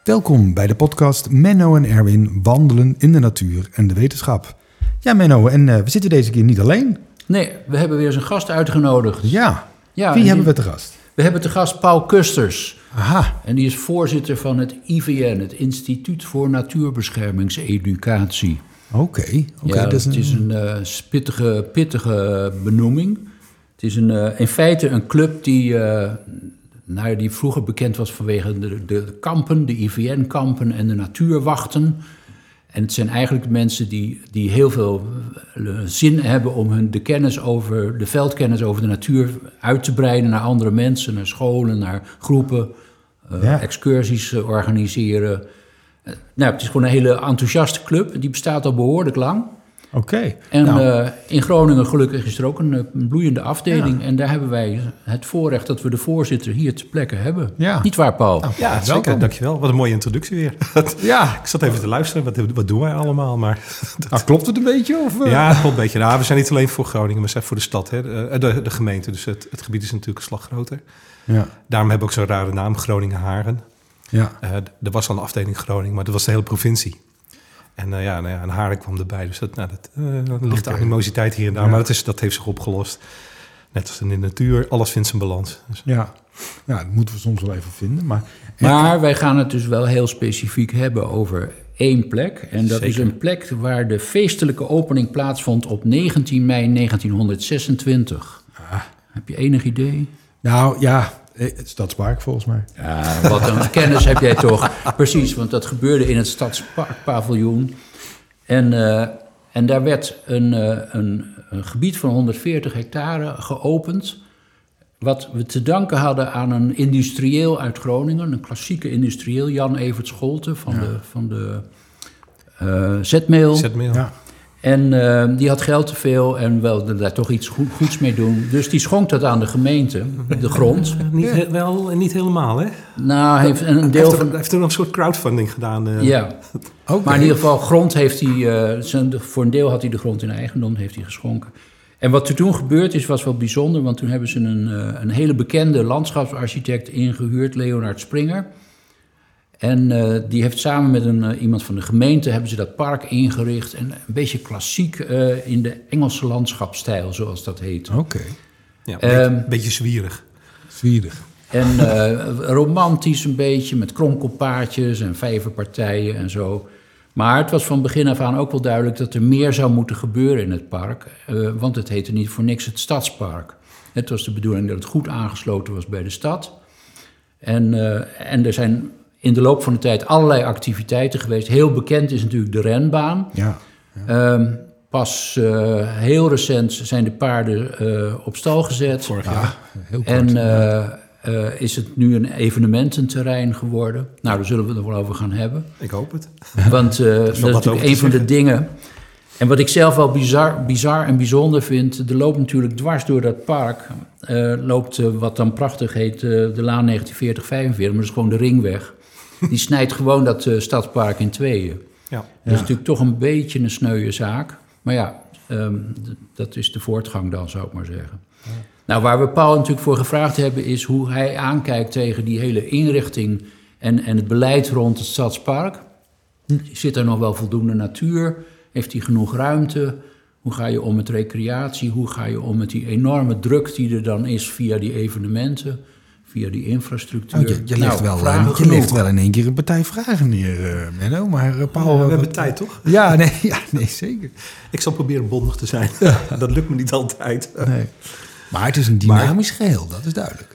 Welkom bij de podcast Menno en Erwin wandelen in de natuur en de wetenschap. Ja, Menno, en we zitten deze keer niet alleen. Nee, we hebben weer eens een gast uitgenodigd. Ja, wie hebben we te gast? We hebben te gast Paul Kusters. Aha. En die is voorzitter van het IVN, het Instituut voor Natuurbeschermingseducatie. Oké. Het is een pittige benoeming. Het is in feite een club die vroeger bekend was vanwege de kampen, de IVN-kampen en de natuurwachten. En het zijn eigenlijk mensen die heel veel zin hebben om de veldkennis over de natuur uit te breiden naar andere mensen, naar scholen, naar groepen, excursies organiseren. Het is gewoon een hele enthousiaste club. Die bestaat al behoorlijk lang. Oké. En in Groningen gelukkig is er ook een bloeiende afdeling. Ja. En daar hebben wij het voorrecht dat we de voorzitter hier ter plekke hebben. Ja. Niet waar, Paul? Nou, ja, zeker. Dankjewel. Wat een mooie introductie weer. Ik zat even te luisteren. Wat doen wij allemaal? Maar klopt het een beetje? Of? Ja, het klopt een beetje. Nou, we zijn niet alleen voor Groningen, we zijn voor de stad. Hè? De gemeente. Dus het gebied is natuurlijk een slag groter. Ja. Daarom hebben we ook zo'n rare naam, Groningen-Haren. Ja. Er was al een afdeling Groningen, maar dat was de hele provincie. En en Haren kwam erbij, dus dat ligt de animositeit hier en daar. Ja. Maar dat heeft zich opgelost. Net als in de natuur, alles vindt zijn balans. Dus. Ja, dat moeten we soms wel even vinden. Maar wij gaan het dus wel heel specifiek hebben over één plek. En dat is een plek waar de feestelijke opening plaatsvond op 19 mei 1926. Heb je enig idee? Nou ja, het Stadspark volgens mij. Ja, wat een kennis heb jij toch. Precies, want dat gebeurde in het Stadsparkpaviljoen. En daar werd een gebied van 140 hectare geopend. Wat we te danken hadden aan een industrieel uit Groningen. Een klassieke industrieel, Jan Evert Scholte van de Zetmeel. Ja. En die had geld te veel en wilde daar toch iets goeds mee doen. Dus die schonk dat aan de gemeente, de grond. Niet helemaal, hè? Nou, hij heeft toen een soort crowdfunding gedaan. Ja, okay. Maar in ieder geval grond heeft hij... voor een deel had hij de grond in eigendom, heeft hij geschonken. En wat er toen gebeurd is, was wel bijzonder. Want toen hebben ze een hele bekende landschapsarchitect ingehuurd, Leonard Springer. En die heeft samen met iemand van de gemeente hebben ze dat park ingericht. En een beetje klassiek in de Engelse landschapsstijl, zoals dat heet. Oké. Ja, een beetje zwierig. En romantisch een beetje, met kronkelpaadjes en vijverpartijen en zo. Maar het was van begin af aan ook wel duidelijk dat er meer zou moeten gebeuren in het park. Want het heette niet voor niks het Stadspark. Het was de bedoeling dat het goed aangesloten was bij de stad. En er zijn in de loop van de tijd allerlei activiteiten geweest. Heel bekend is natuurlijk de renbaan. Ja. Pas heel recent zijn de paarden op stal gezet. Vorig jaar. Heel kort. En is het nu een evenemententerrein geworden. Nou, daar zullen we het er wel over gaan hebben. Ik hoop het. Want dat is natuurlijk een van de dingen. En wat ik zelf wel bizar en bijzonder vind, er loopt natuurlijk dwars door dat park, loopt wat dan prachtig heet de laan 1940-45, maar dat is gewoon de ringweg. Die snijdt gewoon dat stadspark in tweeën. Ja. Dat is natuurlijk toch een beetje een sneuwe zaak. Maar ja, dat is de voortgang dan, zou ik maar zeggen. Ja. Nou, waar we Paul natuurlijk voor gevraagd hebben, is hoe hij aankijkt tegen die hele inrichting en het beleid rond het stadspark. Zit er nog wel voldoende natuur? Heeft hij genoeg ruimte? Hoe ga je om met recreatie? Hoe ga je om met die enorme druk die er dan is via die evenementen? Via die infrastructuur. Je legt wel in één keer een partij vragen neer, Menno. Maar Paul... we hebben tijd, toch? Ja, nee, zeker. Ik zal proberen bondig te zijn. Dat lukt me niet altijd. Nee. Maar het is een dynamisch geheel, dat is duidelijk.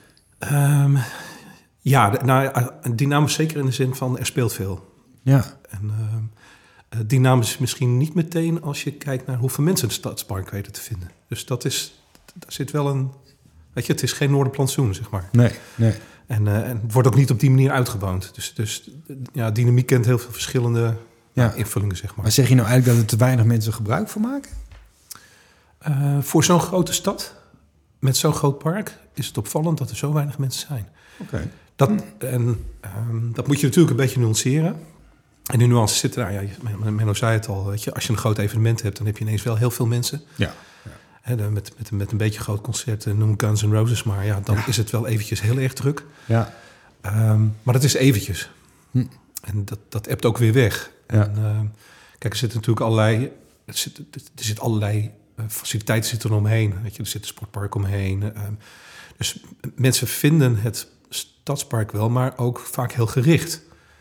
Dynamisch zeker in de zin van er speelt veel. Ja. En dynamisch misschien niet meteen als je kijkt naar hoeveel mensen het stadspark weten te vinden. Dus daar zit wel een... Weet je, het is geen Noorderplantsoen, zeg maar. Nee. En het wordt ook niet op die manier uitgebouwd. Dus dynamiek kent heel veel verschillende invullingen, zeg maar. Maar zeg je nou eigenlijk dat er te weinig mensen gebruik van maken? Voor zo'n grote stad, met zo'n groot park, is het opvallend dat er zo weinig mensen zijn. Oké. Dat moet je natuurlijk een beetje nuanceren. En die nuances zitten daar. Ja, Menno zei het al, weet je, als je een groot evenement hebt, dan heb je ineens wel heel veel mensen. Ja. Met een beetje groot concert, noem Guns N' Roses maar. Ja, dan is het wel eventjes heel erg druk. Ja. Maar dat is eventjes. En dat ebt ook weer weg. Ja. En, kijk, er zitten natuurlijk allerlei faciliteiten zitten er omheen. Weet je, er zit een sportpark omheen. Dus mensen vinden het stadspark wel, maar ook vaak heel gericht.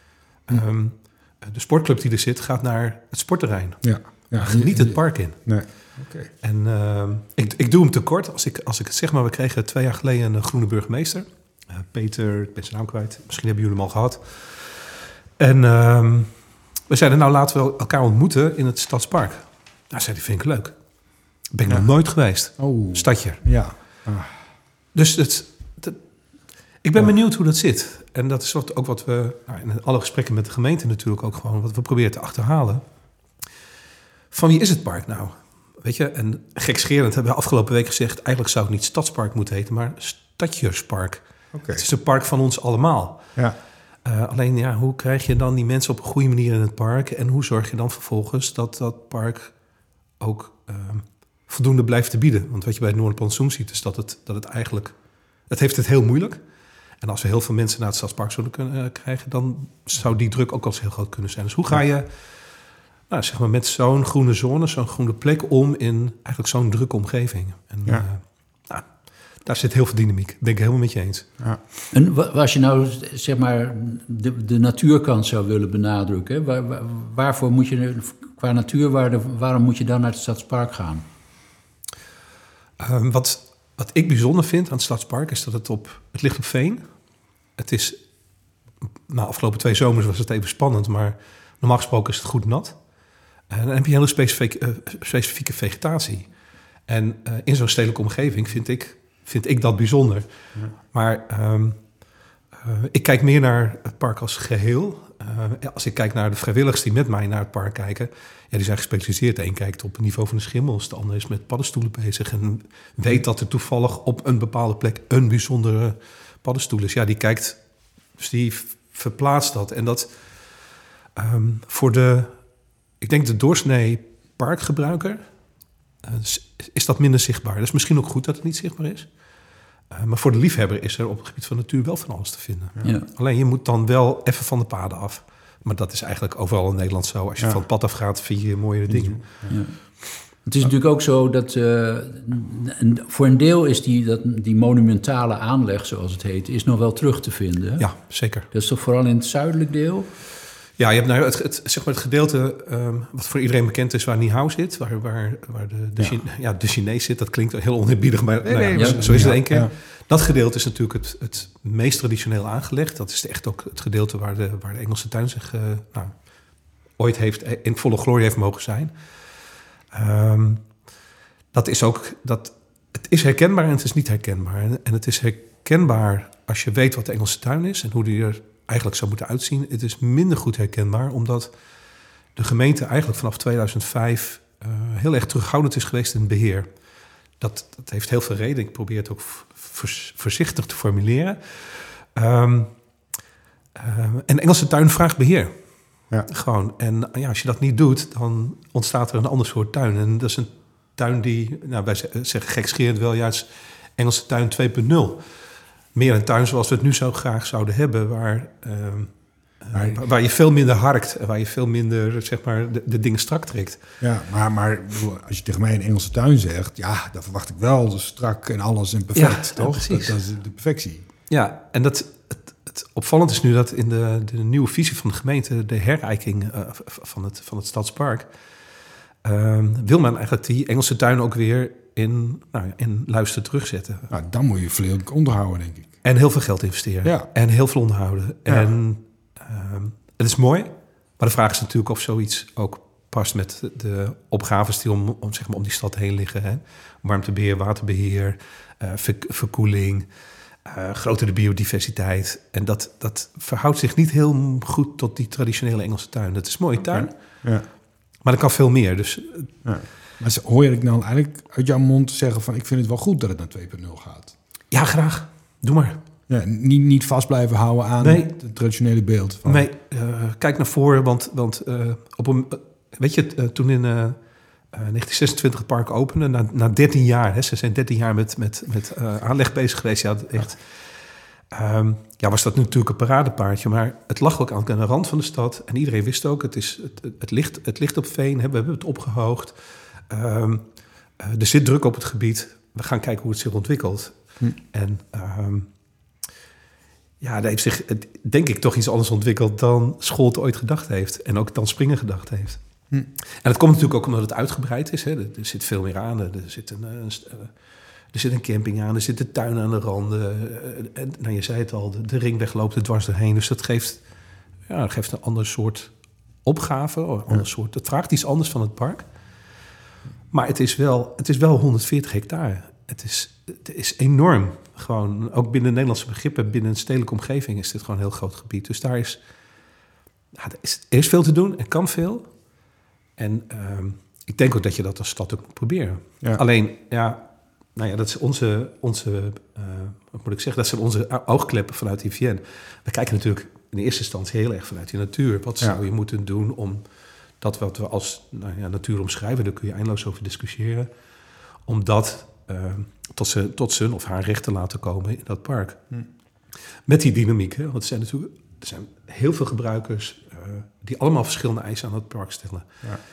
De sportclub die er zit, gaat naar het sportterrein. Ja. Niet het park in. Nee. Okay. En ik doe hem tekort als ik het zeg, maar we kregen 2 jaar geleden een groene burgemeester. Peter, ik ben zijn naam kwijt. Misschien hebben jullie hem al gehad. En we zeiden, nou laten we elkaar ontmoeten in het stadspark. Nou, zei hij, vind ik leuk. Ben ik nog nooit geweest. Stadje. Ja. Dus ik ben benieuwd hoe dat zit. En dat is ook wat we in alle gesprekken met de gemeente natuurlijk ook gewoon wat we proberen te achterhalen. Van wie is het park nou? Weet je, en gekscherend hebben we afgelopen week gezegd, eigenlijk zou het niet Stadspark moeten heten, maar Stadjerspark. Okay. Het is een park van ons allemaal. Ja. Alleen, hoe krijg je dan die mensen op een goede manier in het park? En hoe zorg je dan vervolgens dat park ook voldoende blijft te bieden? Want wat je bij het Noorderplantsoen ziet, is dat het eigenlijk... Het heeft het heel moeilijk. En als we heel veel mensen naar het Stadspark zouden kunnen krijgen, dan zou die druk ook al eens heel groot kunnen zijn. Dus hoe ga je zeg maar met zo'n groene zone, zo'n groene plek om in eigenlijk zo'n drukke omgeving? En, daar zit heel veel dynamiek. Dat ben ik helemaal met je eens. Ja. En als je nou zeg maar de natuurkant zou willen benadrukken, waarvoor moet je qua natuurwaarde, waarom moet je dan naar het Stadspark gaan? Wat ik bijzonder vind aan het Stadspark is dat het ligt op veen. Het is, afgelopen 2 zomers was het even spannend, maar normaal gesproken is het goed nat. En dan heb je een hele specifieke vegetatie. En in zo'n stedelijke omgeving vind ik dat bijzonder. Ja. Maar ik kijk meer naar het park als geheel. Als ik kijk naar de vrijwilligers die met mij naar het park kijken, die zijn gespecialiseerd. De een kijkt op het niveau van de schimmels, de ander is met paddenstoelen bezig en weet dat er toevallig op een bepaalde plek een bijzondere paddenstoel is. Ja, die kijkt, dus die verplaatst dat. En dat voor ik denk de doorsnee parkgebruiker is dat minder zichtbaar. Dat is misschien ook goed dat het niet zichtbaar is. Maar voor de liefhebber is er op het gebied van natuur wel van alles te vinden. Ja. Alleen je moet dan wel even van de paden af. Maar dat is eigenlijk overal in Nederland zo. Als je van het pad af gaat, vind je mooiere dingen. Ja. Het is natuurlijk ook zo dat voor een deel is die monumentale aanleg, zoals het heet, is nog wel terug te vinden. Ja, zeker. Dat is toch vooral in het zuidelijk deel? Ja, je hebt het gedeelte wat voor iedereen bekend is waar Nihao zit, waar de Chinees zit. Dat klinkt heel oneerbiedig, maar zo is het één keer. Ja. Dat gedeelte is natuurlijk het meest traditioneel aangelegd. Dat is echt ook het gedeelte waar de Engelse tuin zich ooit in volle glorie heeft mogen zijn. Dat is ook het is herkenbaar en het is niet herkenbaar. En het is herkenbaar als je weet wat de Engelse tuin is en hoe die er eigenlijk zou moeten uitzien. Het is minder goed herkenbaar, omdat de gemeente eigenlijk vanaf 2005 heel erg terughoudend is geweest in het beheer. Dat heeft heel veel reden. Ik probeer het ook voorzichtig te formuleren. En de Engelse tuin vraagt beheer. Ja. Gewoon. En als je dat niet doet, dan ontstaat er een ander soort tuin. En dat is een tuin die, wij zeggen gekscherend wel juist Engelse tuin 2.0. Meer een tuin zoals we het nu zo graag zouden hebben, waar je veel minder harkt en waar je veel minder, zeg maar, de dingen strak trekt. Ja, maar als je tegen mij een Engelse tuin zegt, dan verwacht ik wel strak en alles en perfect, toch? Ja, dat is de perfectie. Ja, en het opvallend is nu dat in de nieuwe visie van de gemeente, de herijking van het Stadspark, wil men eigenlijk die Engelse tuin ook weer in luister terugzetten. Nou, dan moet je flink onderhouden, denk ik. En heel veel geld investeren. Ja. En heel veel onderhouden. Ja. En het is mooi. Maar de vraag is natuurlijk of zoiets ook past met de opgaves die om die stad heen liggen. Hè? Warmtebeheer, waterbeheer, verkoeling, grotere biodiversiteit. En dat verhoudt zich niet heel goed tot die traditionele Engelse tuin. Dat is een mooie tuin. Ja. Maar er kan veel meer. Dus Maar hoor je nou eigenlijk uit jouw mond zeggen van ik vind het wel goed dat het naar 2.0 gaat? Ja, graag. Doe maar. Ja, niet vast blijven houden aan het traditionele beeld. Van... Nee, kijk naar voren, want toen in 1926 het park opende, na 13 jaar, ze zijn 13 jaar met aanleg bezig geweest. Ja, echt. was dat natuurlijk een paradepaardje. Maar het lag ook aan de rand van de stad. En iedereen wist ook, het ligt op veen. We hebben het opgehoogd. Er zit druk op het gebied. We gaan kijken hoe het zich ontwikkelt. En daar heeft zich, denk ik, toch iets anders ontwikkeld dan Scholte ooit gedacht heeft. En ook dan Springer gedacht heeft. En dat komt natuurlijk ook omdat het uitgebreid is. Hè. Er zit veel meer aan. Er zit een camping aan. Er zit een tuin aan de randen. En je zei het al, de ringweg loopt er dwars doorheen. Dus dat geeft een ander soort opgave. Een ander soort, het vraagt iets anders van het park. Maar het is wel 140 hectare. Het is enorm. Gewoon, ook binnen Nederlandse begrippen, binnen een stedelijke omgeving is dit gewoon een heel groot gebied. Dus er is veel te doen. Er kan veel. En ik denk ook dat je dat als stad ook moet proberen. Ja. Alleen, dat is onze wat moet ik zeggen? Dat zijn onze oogkleppen vanuit IVN. We kijken natuurlijk in eerste instantie heel erg vanuit die natuur. Wat zou je moeten doen om dat wat we als natuur omschrijven, daar kun je eindeloos over discussiëren, om dat tot zijn of haar recht te laten komen in dat park. Met die dynamiek. Hè? Want er zijn heel veel gebruikers die allemaal verschillende eisen aan het park stellen.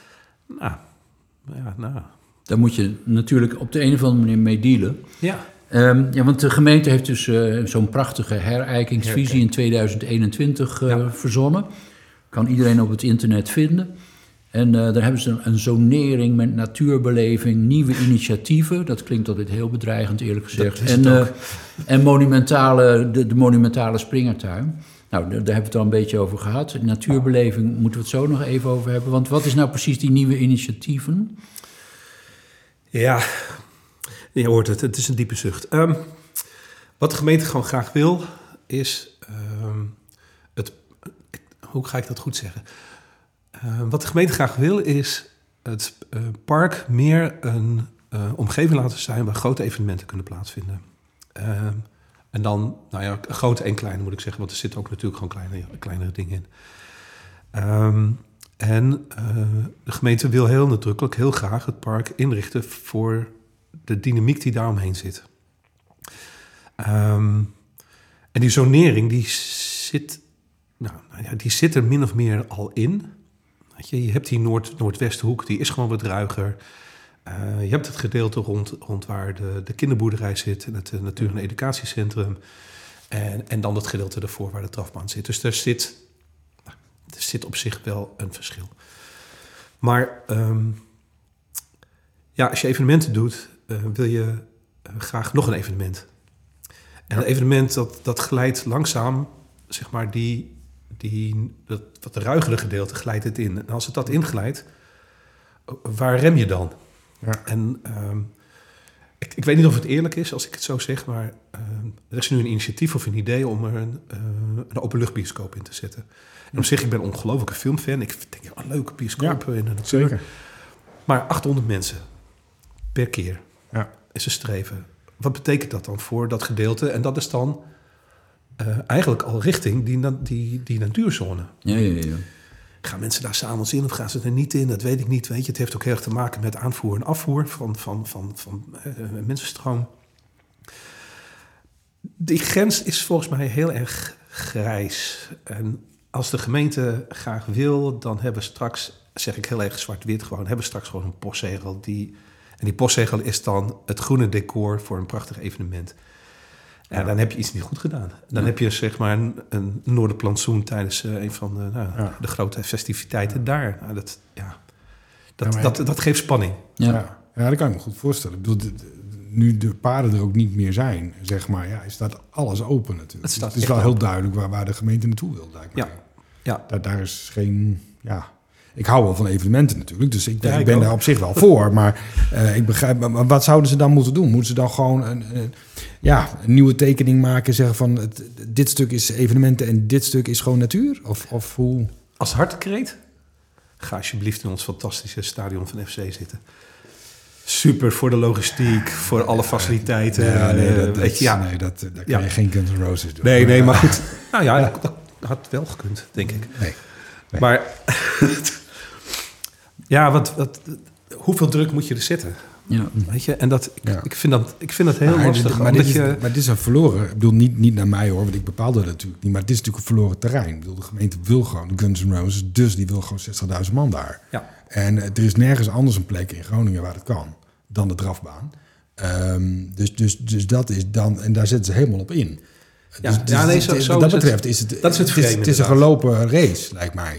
Daar moet je natuurlijk op de een of andere manier mee dealen. Ja. Want de gemeente heeft dus zo'n prachtige herijkingsvisie in 2021 verzonnen. Kan iedereen op het internet vinden. En daar hebben ze een zonering met natuurbeleving, nieuwe initiatieven. Dat klinkt altijd heel bedreigend, eerlijk gezegd. En de monumentale Springertuin. Nou, daar hebben we het al een beetje over gehad. Natuurbeleving moeten we het zo nog even over hebben. Want wat is nou precies die nieuwe initiatieven? Ja, je hoort het. Het is een diepe zucht. Wat de gemeente gewoon graag wil, is hoe ga ik dat goed zeggen? Wat de gemeente graag wil, is het park meer een omgeving laten zijn waar grote evenementen kunnen plaatsvinden. En dan, grote en kleine moet ik zeggen, want er zitten ook natuurlijk gewoon kleinere dingen in. De gemeente wil heel nadrukkelijk, heel graag het park inrichten voor de dynamiek die daaromheen zit. En die zonering, die zit er min of meer al in. Je hebt die Noordwesthoek, die is gewoon wat ruiger. Je hebt het gedeelte rond waar de kinderboerderij zit en het natuur- en educatiecentrum. En dan het gedeelte ervoor waar de drafbaan zit. Dus er zit op zich wel een verschil. Maar als je evenementen doet, wil je graag nog een evenement. En een evenement dat glijdt langzaam, zeg maar, dat ruigere gedeelte glijdt het in. En als het dat inglijdt, waar rem je dan? Ja. En ik weet niet of het eerlijk is als ik het zo zeg, maar er is nu een initiatief of een idee om er een openluchtbioscoop in te zetten. En op zich, ik ben een ongelofelijke filmfan. Ik denk, leuke bioscopen in de natuur. Zeker. Maar 800 mensen per keer is een streven. Wat betekent dat dan voor dat gedeelte? En dat is dan eigenlijk al richting die natuurzone. Ja. Gaan mensen daar 's avonds in of gaan ze er niet in? Dat weet ik niet. Weet je, het heeft ook heel erg te maken met aanvoer en afvoer van mensenstroom. Die grens is volgens mij heel erg grijs. En als de gemeente graag wil, dan hebben we straks, zeg ik heel erg zwart-wit gewoon, hebben we straks gewoon een postzegel. En die postzegel is dan het groene decor voor een prachtig evenement. Ja, dan heb je iets niet goed gedaan. Dan heb je zeg maar een Noorderplantsoen tijdens een van de grote festiviteiten daar. Dat geeft spanning. Ja, dat kan ik me goed voorstellen. Ik bedoel, nu de paden er ook niet meer zijn, zeg maar, staat alles open natuurlijk. Het is wel heel duidelijk waar de gemeente naartoe wil. Ja. Daar is geen... Ja. Ik hou wel van evenementen natuurlijk, dus ik ben daar op zich wel voor. Maar ik begrijp, wat zouden ze dan moeten doen? Moeten ze dan gewoon een nieuwe tekening maken, zeggen van dit stuk is evenementen en dit stuk is gewoon natuur? Of hoe? Als hartekreet, ga alsjeblieft in ons fantastische stadion van FC zitten. Super voor de logistiek, voor alle faciliteiten. Daar kan je geen Guns N' Roses doen. Nee, maar goed. Dat had wel gekund, denk ik. Nee. Maar hoeveel druk moet je er zetten? Ja. Weet je, en ik vind dat heel lastig. Maar dit is een verloren... Ik bedoel, niet naar mij hoor, want ik bepaalde dat natuurlijk niet. Maar het is natuurlijk een verloren terrein. Ik bedoel, de gemeente wil gewoon de Guns N' Roses, dus die wil gewoon 60.000 man daar. Ja. En er is nergens anders een plek in Groningen waar het kan dan de drafbaan. Dus dat is dan... En daar zetten ze helemaal op in. Wat dat betreft is het... Dat is het vreemde. Het is een gelopen race, lijkt mij.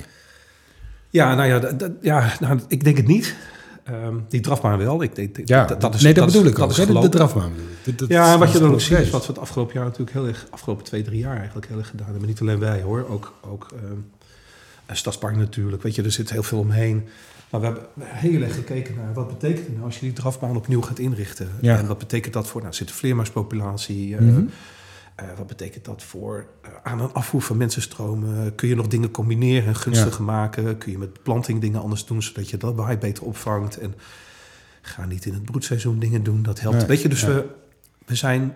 Ja, ik denk het niet. Die drafbaan wel. Dat bedoel ik ook. De drafbaan. En wat je dan ook ziet, is wat we het afgelopen jaar natuurlijk heel erg... afgelopen 2-3 jaar eigenlijk heel erg gedaan hebben. Maar niet alleen wij hoor. Ook Stadspark natuurlijk. Weet je, er zit heel veel omheen. Maar we hebben heel erg gekeken naar wat betekent het nou als je die drafbaan opnieuw gaat inrichten. Ja. En wat betekent dat voor... Nou, zit de vleermuispopulatie... wat betekent dat voor aan- en afvoer van mensenstromen? Kun je nog dingen combineren en gunstiger maken? Kun je met planting dingen anders doen, zodat je dat waai beter opvangt? En ga niet in het broedseizoen dingen doen, dat helpt. Weet je, dus we zijn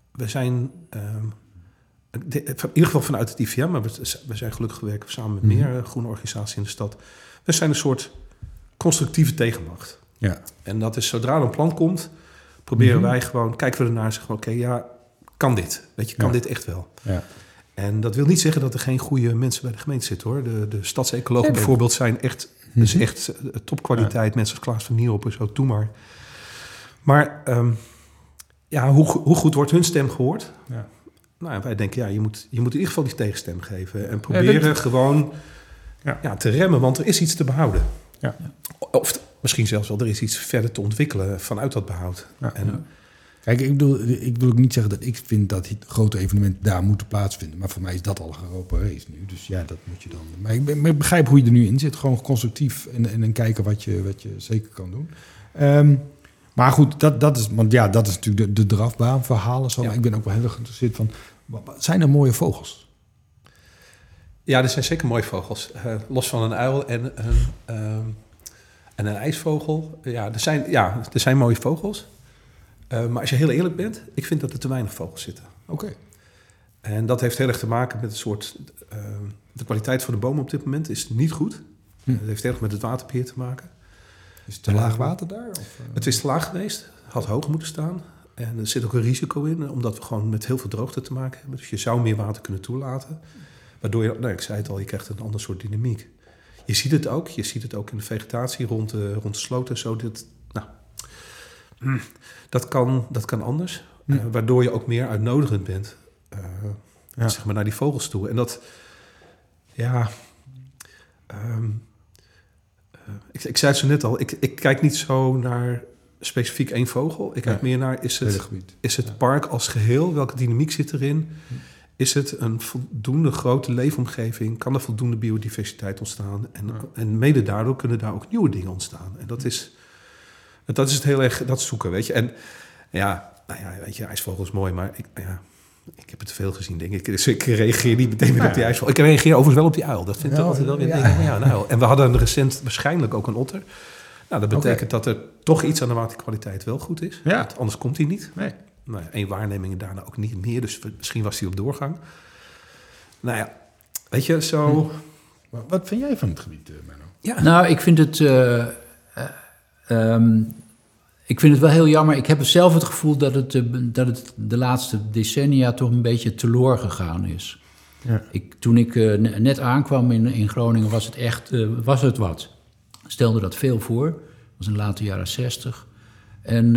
in ieder geval vanuit het IVM, maar we zijn gelukkig werken samen met meer groene organisaties in de stad. We zijn een soort constructieve tegenmacht. Ja. En dat is, zodra er een plan komt, proberen wij gewoon, kijken we ernaar en zeggen oké, kan dit? Weet je, kan dit echt wel? Ja. En dat wil niet zeggen dat er geen goede mensen bij de gemeente zitten, hoor. De stadsecologen bijvoorbeeld zijn echt, dus echt topkwaliteit. Mensen als Klaas van Nieuwhoop, zo, doe maar. Maar hoe goed wordt hun stem gehoord? Ja. Nou, wij denken, je moet in ieder geval die tegenstem geven. En proberen gewoon te remmen, want er is iets te behouden. Ja. Of misschien zelfs wel, er is iets verder te ontwikkelen vanuit dat behoud. Ja. Kijk, ik wil ook niet zeggen dat ik vind dat grote evenementen daar moeten plaatsvinden. Maar voor mij is dat al een gelopen race nu. Dus ja, dat moet je dan... Maar ik begrijp hoe je er nu in zit. Gewoon constructief en kijken wat je zeker kan doen. Maar goed, dat is natuurlijk de drafbaanverhalen. Ja. Ik ben ook wel heel erg geïnteresseerd van... Zijn er mooie vogels? Ja, er zijn zeker mooie vogels. Los van een uil en een ijsvogel. Ja, er zijn mooie vogels. Maar als je heel eerlijk bent, ik vind dat er te weinig vogels zitten. Oké. En dat heeft heel erg te maken met een soort... de kwaliteit van de bomen op dit moment is niet goed. Dat heeft heel erg met het waterbeheer te maken. Is het te laag water daar? Of? Het is te laag geweest. Had hoger moeten staan. En er zit ook een risico in, omdat we gewoon met heel veel droogte te maken hebben. Dus je zou meer water kunnen toelaten. Waardoor je, ik zei het al, je krijgt een ander soort dynamiek. Je ziet het ook. Je ziet het ook in de vegetatie rond de sloten. Zo dat kan anders. Waardoor je ook meer uitnodigend bent. Zeg maar naar die vogels toe. En dat... ik zei het zo net al. Ik kijk niet zo naar specifiek één vogel. Ik kijk meer naar... Is het park als geheel? Welke dynamiek zit erin? Is het een voldoende grote leefomgeving? Kan er voldoende biodiversiteit ontstaan? En mede daardoor kunnen daar ook nieuwe dingen ontstaan. En dat is het heel erg, dat zoeken, weet je. En weet je, ijsvogel is mooi, maar ik heb het veel gezien, denk ik. Dus ik reageer niet meteen weer op die ijsvogel. Ik reageer overigens wel op die uil. Dat vind ik altijd wel weer een uil. En we hadden recent waarschijnlijk ook een otter. Nou, dat betekent dat er toch iets aan de waterkwaliteit wel goed is. Ja. Want anders komt hij niet. Nee. Nou, 1 waarneming en daarna ook niet meer. Dus misschien was hij op doorgang. Nou ja, weet je, zo... Wat vind jij van het gebied, Menno? Ja. Nou, ik vind het... ik vind het wel heel jammer. Ik heb zelf het gevoel dat het de laatste decennia toch een beetje teloor gegaan is. Ja. Toen ik net aankwam in Groningen was het echt wat. Stelde dat veel voor. Dat was in de late jaren 60. En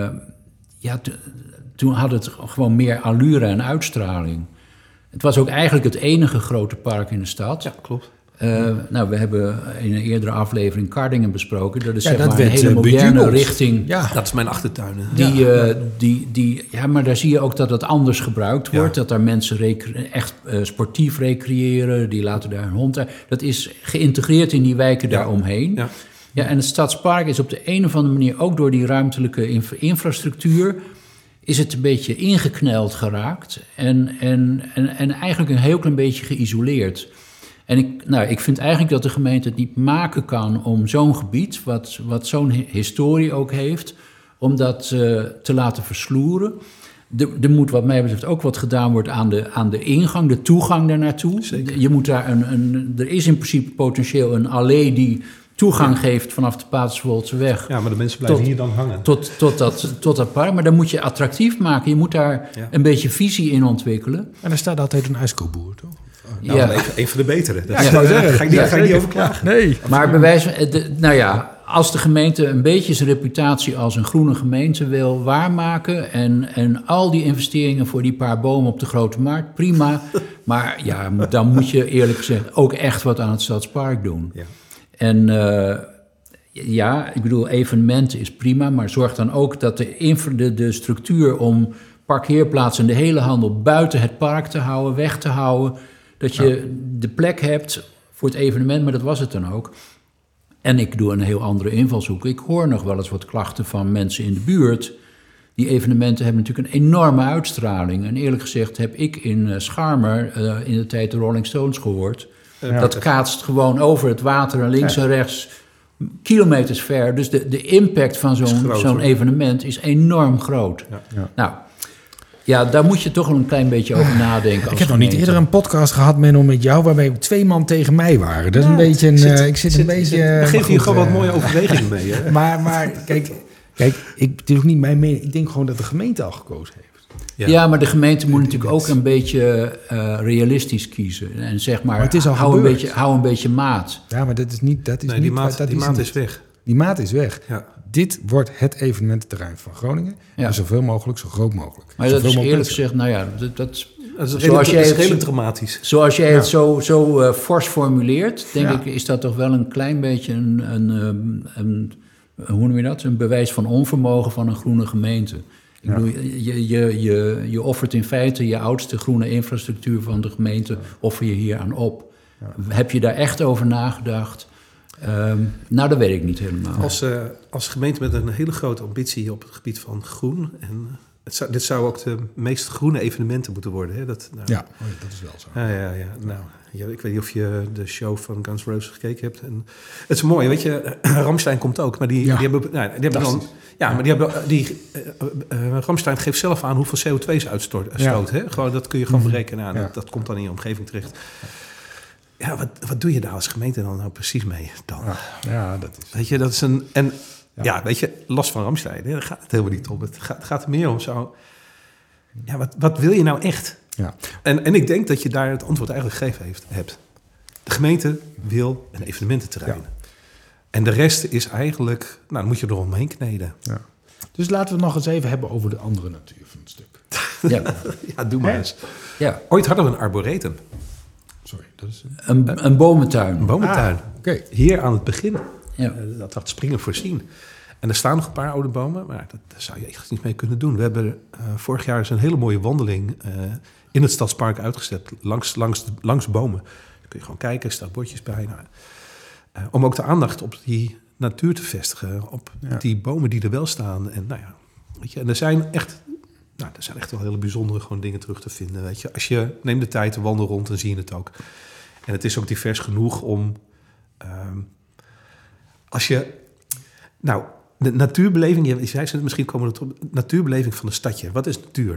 toen had het gewoon meer allure en uitstraling. Het was ook eigenlijk het enige grote park in de stad. Ja, klopt. We hebben in een eerdere aflevering Kardingen besproken. Dat is een hele moderne richting. Ja, dat is mijn achtertuin. Maar daar zie je ook dat het anders gebruikt wordt. Ja. Dat daar mensen echt sportief recreëren. Die laten daar hun hond uit. Dat is geïntegreerd in die wijken daaromheen. Ja. Ja, en het Stadspark is op de een of andere manier... ook door die ruimtelijke infrastructuur... is het een beetje ingekneld geraakt. En eigenlijk een heel klein beetje geïsoleerd. En ik vind eigenlijk dat de gemeente het niet maken kan om zo'n gebied, wat zo'n historie ook heeft, om dat te laten versloeren. Er moet wat mij betreft ook wat gedaan worden aan de ingang, de toegang daarnaartoe. Zeker. Je moet daar er is in principe potentieel een allee toegang geeft vanaf de Paterswoldseweg. Ja, maar de mensen blijven hier dan hangen. Tot dat park. Maar dan moet je attractief maken. Je moet daar een beetje visie in ontwikkelen. En er staat altijd een ijskoboer, toch? Een van de betere. Dat ga ik niet over klagen. Nee. Maar als de gemeente een beetje zijn reputatie als een groene gemeente wil waarmaken en al die investeringen voor die paar bomen op de Grote Markt, prima. Maar dan moet je eerlijk gezegd ook echt wat aan het Stadspark doen. Ja. En ik bedoel, evenementen is prima, maar zorg dan ook dat de structuur om parkeerplaatsen en de hele handel buiten het park te houden, weg te houden, dat je de plek hebt voor het evenement, maar dat was het dan ook. En ik doe een heel andere invalshoek. Ik hoor nog wel eens wat klachten van mensen in de buurt. Die evenementen hebben natuurlijk een enorme uitstraling. En eerlijk gezegd heb ik in Scharmer in de tijd de Rolling Stones gehoord. Dat kaatst gewoon over het water en links en rechts kilometers ver. Dus de impact van zo'n evenement is enorm groot. Ja. Nou, daar moet je toch wel een klein beetje over nadenken. Ik heb nog niet eerder een podcast gehad, Menno, met jou, waarbij 2 man tegen mij waren. Dat is een beetje ik zit een beetje... Geef hier gewoon wat mooie overwegingen mee. Hè? Maar kijk, het is ook niet mijn mening. Ik denk gewoon dat de gemeente al gekozen heeft. Ja, maar de gemeente moet natuurlijk ook een beetje realistisch kiezen. En zeg maar het is al hou een beetje maat. Ja, maar die maat is weg. Die maat is weg. Ja. Dit wordt het evenemententerrein van Groningen. Ja. En zoveel mogelijk, zo groot mogelijk. Maar dat is eerlijk gezegd, dat is redelijk dramatisch. Zoals jij het zo fors formuleert, denk ik, is dat toch wel een klein beetje hoe noem je dat? Een bewijs van onvermogen van een groene gemeente. Ik bedoel, je offert in feite je oudste groene infrastructuur van de gemeente, offer je hier aan op. Ja. Heb je daar echt over nagedacht? Dat weet ik niet helemaal. Als gemeente met een hele grote ambitie op het gebied van groen. En dit zou ook de meest groene evenementen moeten worden. Hè? Dat is wel zo. Nou, ik weet niet of je de show van Guns N' Roses gekeken hebt. En het is mooi, weet je. Rammstein komt ook, maar die hebben dan... Ja, maar Rammstein geeft zelf aan hoeveel CO2 ze uitstoot. Hè? Gewoon, dat kun je gewoon berekenen. Dat komt dan in je omgeving terecht. Ja, wat doe je daar als gemeente dan nou precies mee dan? Ja, dat is... Weet je, dat is een... En weet je, last van Rammstein, daar gaat het helemaal niet om. Het gaat er meer om zo... Ja, wat wil je nou echt? Ja. En ik denk dat je daar het antwoord eigenlijk gegeven hebt. De gemeente wil een evenemententerrein. Ja. En de rest is eigenlijk... Nou, dan moet je eromheen kneden. Ja. Dus laten we het nog eens even hebben over de andere natuur van het stuk. Ja, doe maar eens. Ja. Ooit hadden we een arboretum. Sorry, dat is... Een bomentuin. Een bomentuin. Okay. Hier aan het begin. Ja. Dat had springen voorzien. En er staan nog een paar oude bomen, maar daar zou je echt niet mee kunnen doen. We hebben vorig jaar eens een hele mooie wandeling in het Stadspark uitgezet, langs bomen. Dan kun je gewoon kijken, er staan bordjes bij. Om ook de aandacht op die natuur te vestigen, op die bomen die er wel staan. En weet je, en er zijn echt wel hele bijzondere gewoon dingen terug te vinden. Weet je. Als je neemt de tijd, wandel rond, dan zie je het ook. En het is ook divers genoeg om... als je... Nou, de natuurbeleving... Je zei het, misschien komen we erop. Natuurbeleving van een stadje. Wat is natuur?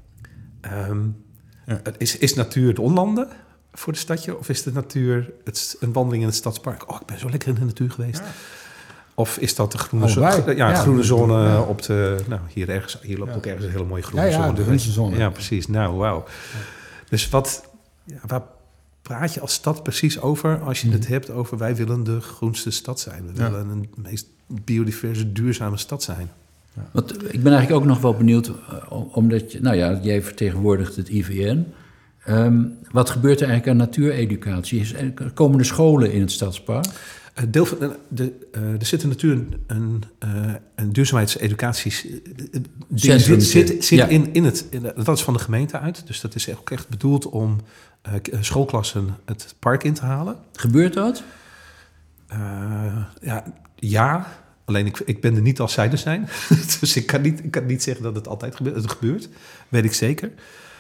Is natuur het onlanden voor de stadje? Of is de natuur een wandeling in het stadspark? Oh, ik ben zo lekker in de natuur geweest. Ja. Of is dat de groene zone? Groene zone op de... Nou, hier loopt ook ergens een hele mooie groene zone. Ja, de groene zone. Ja, precies. Nou, wauw. Ja. Dus waar praat je als stad precies over als je het hebt over wij willen de groenste stad zijn. We willen een meest biodiverse, duurzame stad zijn. Ja. Want ik ben eigenlijk ook nog wel benieuwd, omdat jij vertegenwoordigt het IVN. Wat gebeurt er eigenlijk aan natuureducatie? Komen er scholen in het Stadspark? Er zit natuurlijk een duurzaamheidseducatie zit in het. Dat is van de gemeente uit. Dus dat is ook echt bedoeld om schoolklassen het park in te halen. Gebeurt dat? Ja. Alleen ik ben er niet als zij er zijn. Dus ik kan niet zeggen dat het altijd gebeurt. Het gebeurt, weet ik zeker.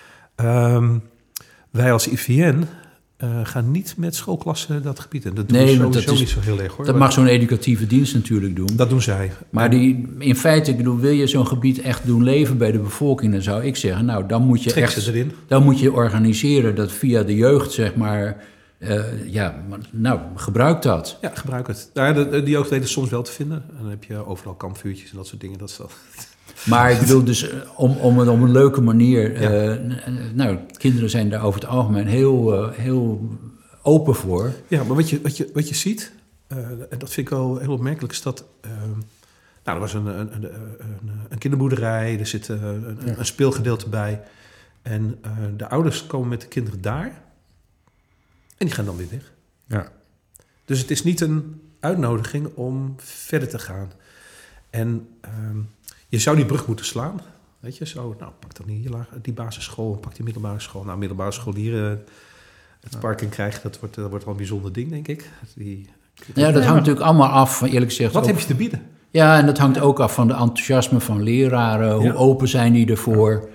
Wij als IVN gaan niet met schoolklassen dat gebied in. Dat doen we sowieso niet zo heel erg, hoor. Dat mag zo'n educatieve dienst natuurlijk doen. Dat doen zij. Maar in feite, wil je zo'n gebied echt doen leven bij de bevolking, dan zou ik zeggen, dan moet je erin. Dan moet je organiseren dat via de jeugd, zeg maar, gebruik dat. Ja, gebruik het. Die jeugd weten soms wel te vinden. En dan heb je overal kampvuurtjes en dat soort dingen. Dat is dat. Maar ik bedoel dus om een leuke manier... kinderen zijn daar over het algemeen heel open voor. Ja, maar wat je ziet, en dat vind ik wel heel opmerkelijk, is dat... er was een kinderboerderij, er zit een speelgedeelte bij. En de ouders komen met de kinderen daar. En die gaan dan weer weg. Ja. Dus het is niet een uitnodiging om verder te gaan. En je zou die brug moeten slaan. Weet je, zo, pak dan die basisschool, pak die middelbare school. Nou, middelbare scholieren het park in krijgen, dat wordt wel een bijzonder ding, denk ik. Dat hangt natuurlijk allemaal af, eerlijk gezegd. Wat heb je te bieden? Ja, en dat hangt ook af van de enthousiasme van leraren. Hoe open zijn die ervoor?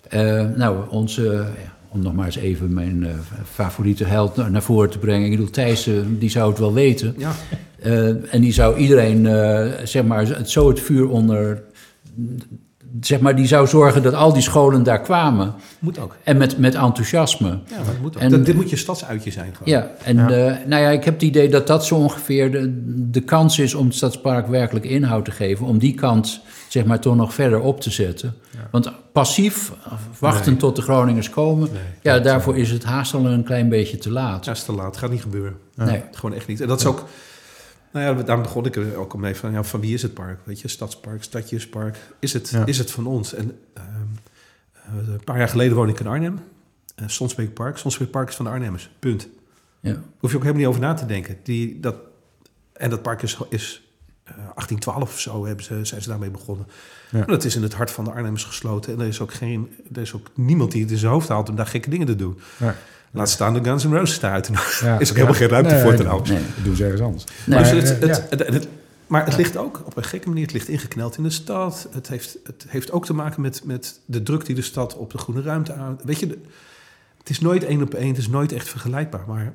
Om nog maar eens even mijn favoriete held naar voren te brengen. Ik bedoel, Thijs, die zou het wel weten. Ja. En die zou iedereen, het vuur onder... die zou zorgen dat al die scholen daar kwamen. Moet ook. En met enthousiasme. Ja, dat moet ook. Dit moet je stadsuitje zijn. Gewoon. Ja, ik heb het idee dat zo ongeveer de kans is om het Stadspark werkelijk inhoud te geven. Om die kant, toch nog verder op te zetten. Ja. Want passief, wachten tot de Groningers komen... daarvoor is het haast al een klein beetje te laat. Ja, het is te laat. Het gaat niet gebeuren. Nee. Gewoon echt niet. En dat is ook... daarom begon ik er ook al mee van wie is het park? Weet je, Stadspark, Stadjespark. Is het van ons? En een paar jaar geleden woonde ik in Arnhem. Sonsbeekpark. Sonsbeekpark is van de Arnhemmers. Punt. Ja. Hoef je ook helemaal niet over na te denken. Dat park is 1812 of zo zijn ze daarmee begonnen. Ja. En dat is in het hart van de Arnhemmers gesloten. En er is ook niemand die het in zijn hoofd haalt om daar gekke dingen te doen. Ja. Laat staan de Guns N' Roses daaruit. Is ook helemaal geen ruimte voor trouwens. Nee, dat doen ze ergens anders. Nee. Maar het ligt ook op een gekke manier, het ligt ingekneld in de stad. Het heeft ook te maken met de druk die de stad op de groene ruimte aan... Weet je, het is nooit 1 op 1, het is nooit echt vergelijkbaar. Maar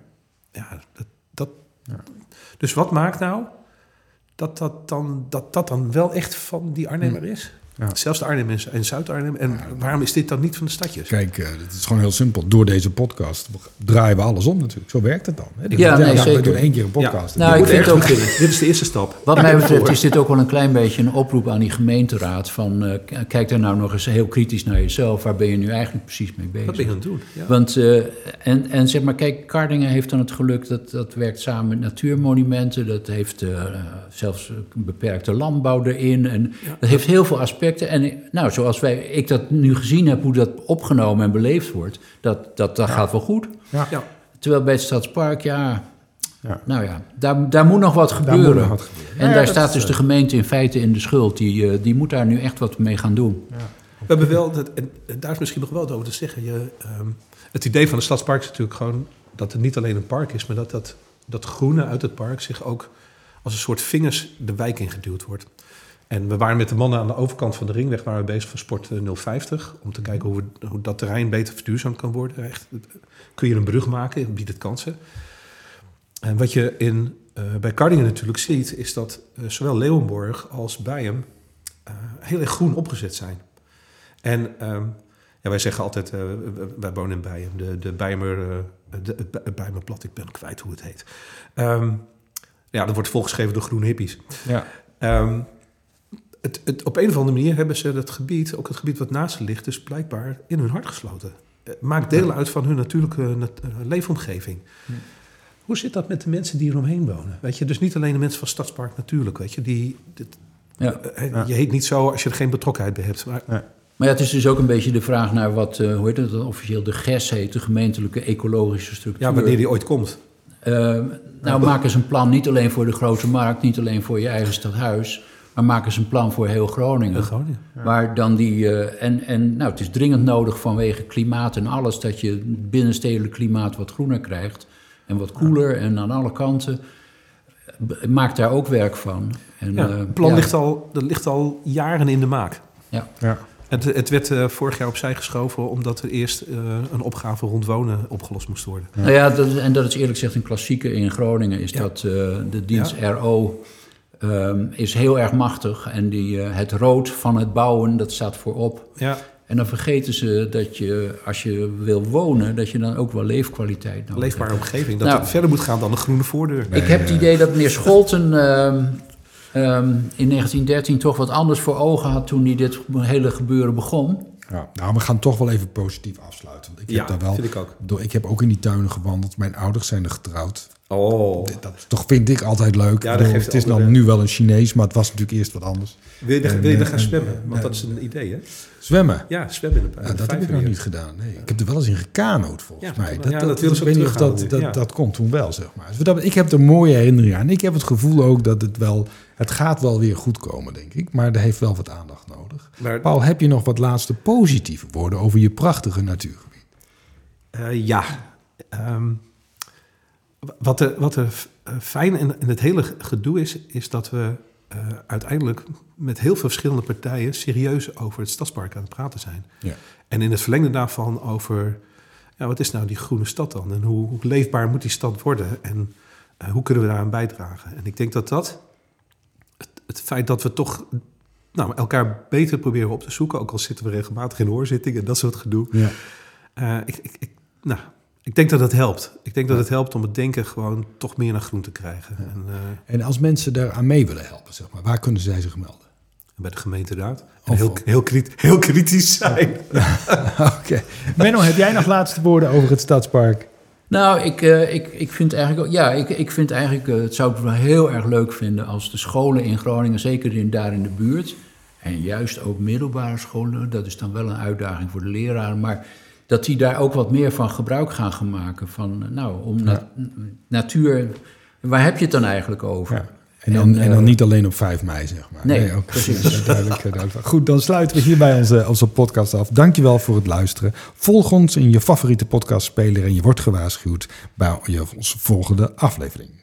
Dus wat maakt nou dat dan wel echt van die Arnhemmer is? Ja. Zelfs de Arnhem en Zuid-Arnhem. En waarom is dit dan niet van de stadjes? Kijk, het is gewoon heel simpel. Door deze podcast draaien we alles om natuurlijk. Zo werkt het dan. Hè? Zeker. We doen 1 keer een podcast. Ja. Ik vind ook, dit is de eerste stap. Wat mij betreft is dit ook wel een klein beetje een oproep aan die gemeenteraad. Van, kijk daar nou nog eens heel kritisch naar jezelf. Waar ben je nu eigenlijk precies mee bezig? Wat ben je aan het doen? Ja. Want, kijk, Kardingen heeft dan het geluk dat werkt samen met natuurmonumenten. Dat heeft zelfs een beperkte landbouw erin. En dat heeft heel veel aspecten. En zoals ik dat nu gezien heb, hoe dat opgenomen en beleefd wordt, dat gaat wel goed. Ja. Ja. Terwijl bij het Stadspark, daar moet nog wat gebeuren. En daar staat dus de gemeente in feite in de schuld. Die moet daar nu echt wat mee gaan doen. Ja. We hebben wel, en daar is misschien nog wel wat over te zeggen. Het idee van het Stadspark is natuurlijk gewoon dat het niet alleen een park is, maar dat groene uit het park zich ook als een soort vingers de wijk ingeduwd wordt. En we waren met de mannen aan de overkant van de ringweg waren we bezig van Sport 050. Om te kijken hoe dat terrein beter verduurzaamd kan worden. Echt, kun je een brug maken, biedt het kansen. En wat je bij Kardingen natuurlijk ziet, is dat zowel Leeuwenborg als Beijum heel erg groen opgezet zijn. En wij zeggen altijd, wij wonen in Beijum, de Beijermerplat, ik ben kwijt hoe het heet. Dat wordt volgeschreven door groene hippies. Ja. Op een of andere manier hebben ze het gebied, ook het gebied wat naast ze ligt, dus blijkbaar in hun hart gesloten. Maakt deel uit van hun natuurlijke leefomgeving. Ja. Hoe zit dat met de mensen die eromheen wonen? Weet je, dus niet alleen de mensen van Stadspark natuurlijk, weet je, je heet niet zo als je er geen betrokkenheid bij hebt. Maar het is dus ook een beetje de vraag naar wat, hoe heet het dan officieel, de GES heet, de gemeentelijke ecologische structuur. Ja, wanneer die ooit komt. Maak eens een plan, niet alleen voor de grote markt, niet alleen voor je eigen stadhuis, maar maak eens een plan voor heel Groningen. Waar dan het is dringend nodig vanwege klimaat en alles, dat je binnenstedelijk klimaat wat groener krijgt en wat koeler en aan alle kanten. Maak daar ook werk van. En, het plan ligt al jaren in de maak. Ja. Ja. Het werd vorig jaar opzij geschoven omdat er eerst een opgave rond wonen opgelost moest worden. Ja. Dat is eerlijk gezegd een klassieke in Groningen, is dat de dienst RO is heel erg machtig. En het rood van het bouwen, dat staat voorop. Ja. En dan vergeten ze dat je, als je wil wonen, dat je dan ook wel leefkwaliteit nodig hebt. Leefbare omgeving, dat het verder moet gaan dan een groene voordeur. Ik heb het idee dat meneer Scholten in 1913 toch wat anders voor ogen had toen hij dit hele gebeuren begon. Ja, nou, we gaan toch wel even positief afsluiten. Want ik heb daar wel, vind ik ook. Ik heb ook in die tuinen gewandeld. Mijn ouders zijn er getrouwd. Oh. Dat toch vind ik altijd leuk. Ja, het is dan nu wel een Chinees, maar het was natuurlijk eerst wat anders. Wil je er gaan zwemmen? Want dat is een idee, hè? Zwemmen? Ja, zwemmen in de dat heb ik nog niet gedaan. Nee. Ik heb er wel eens in gekanoot, volgens mij. Dat willen ze ook terughalen. Dat kon toen wel, zeg maar. Dus ik heb er mooie herinneringen aan. Ik heb het gevoel ook dat het gaat wel weer goed komen, denk ik. Maar er heeft wel wat aandacht nodig. Maar, Paul, heb je nog wat laatste positieve woorden over je prachtige natuurgebied? Wat er fijn in het hele gedoe is dat we uiteindelijk met heel veel verschillende partijen serieus over het stadspark aan het praten zijn. Ja. En in het verlengde daarvan over, wat is nou die groene stad dan? En hoe leefbaar moet die stad worden? En hoe kunnen we daaraan bijdragen? En ik denk dat het feit dat we toch elkaar beter proberen op te zoeken, ook al zitten we regelmatig in hoorzittingen en dat soort gedoe. Ja. Ik denk dat het helpt. Ik denk dat het helpt om het denken gewoon toch meer naar groen te krijgen. Ja. En als mensen daar aan mee willen helpen, zeg maar, waar kunnen zij zich melden? Bij de gemeenteraad. Heel kritisch zijn. Oké. Menno, heb jij nog laatste woorden over het stadspark? Nou, ik vind eigenlijk, ik vind eigenlijk, het zou ik wel heel erg leuk vinden als de scholen in Groningen, zeker daar in de buurt, en juist ook middelbare scholen, dat is dan wel een uitdaging voor de leraren, maar dat die daar ook wat meer van gebruik gaan maken. Van, natuur, waar heb je het dan eigenlijk over? Ja. En dan niet alleen op 5 mei, zeg maar. Nee, ook precies. Duidelijk. Goed, dan sluiten we hierbij onze podcast af. Dankjewel voor het luisteren. Volg ons in je favoriete podcastspeler en je wordt gewaarschuwd bij onze volgende aflevering.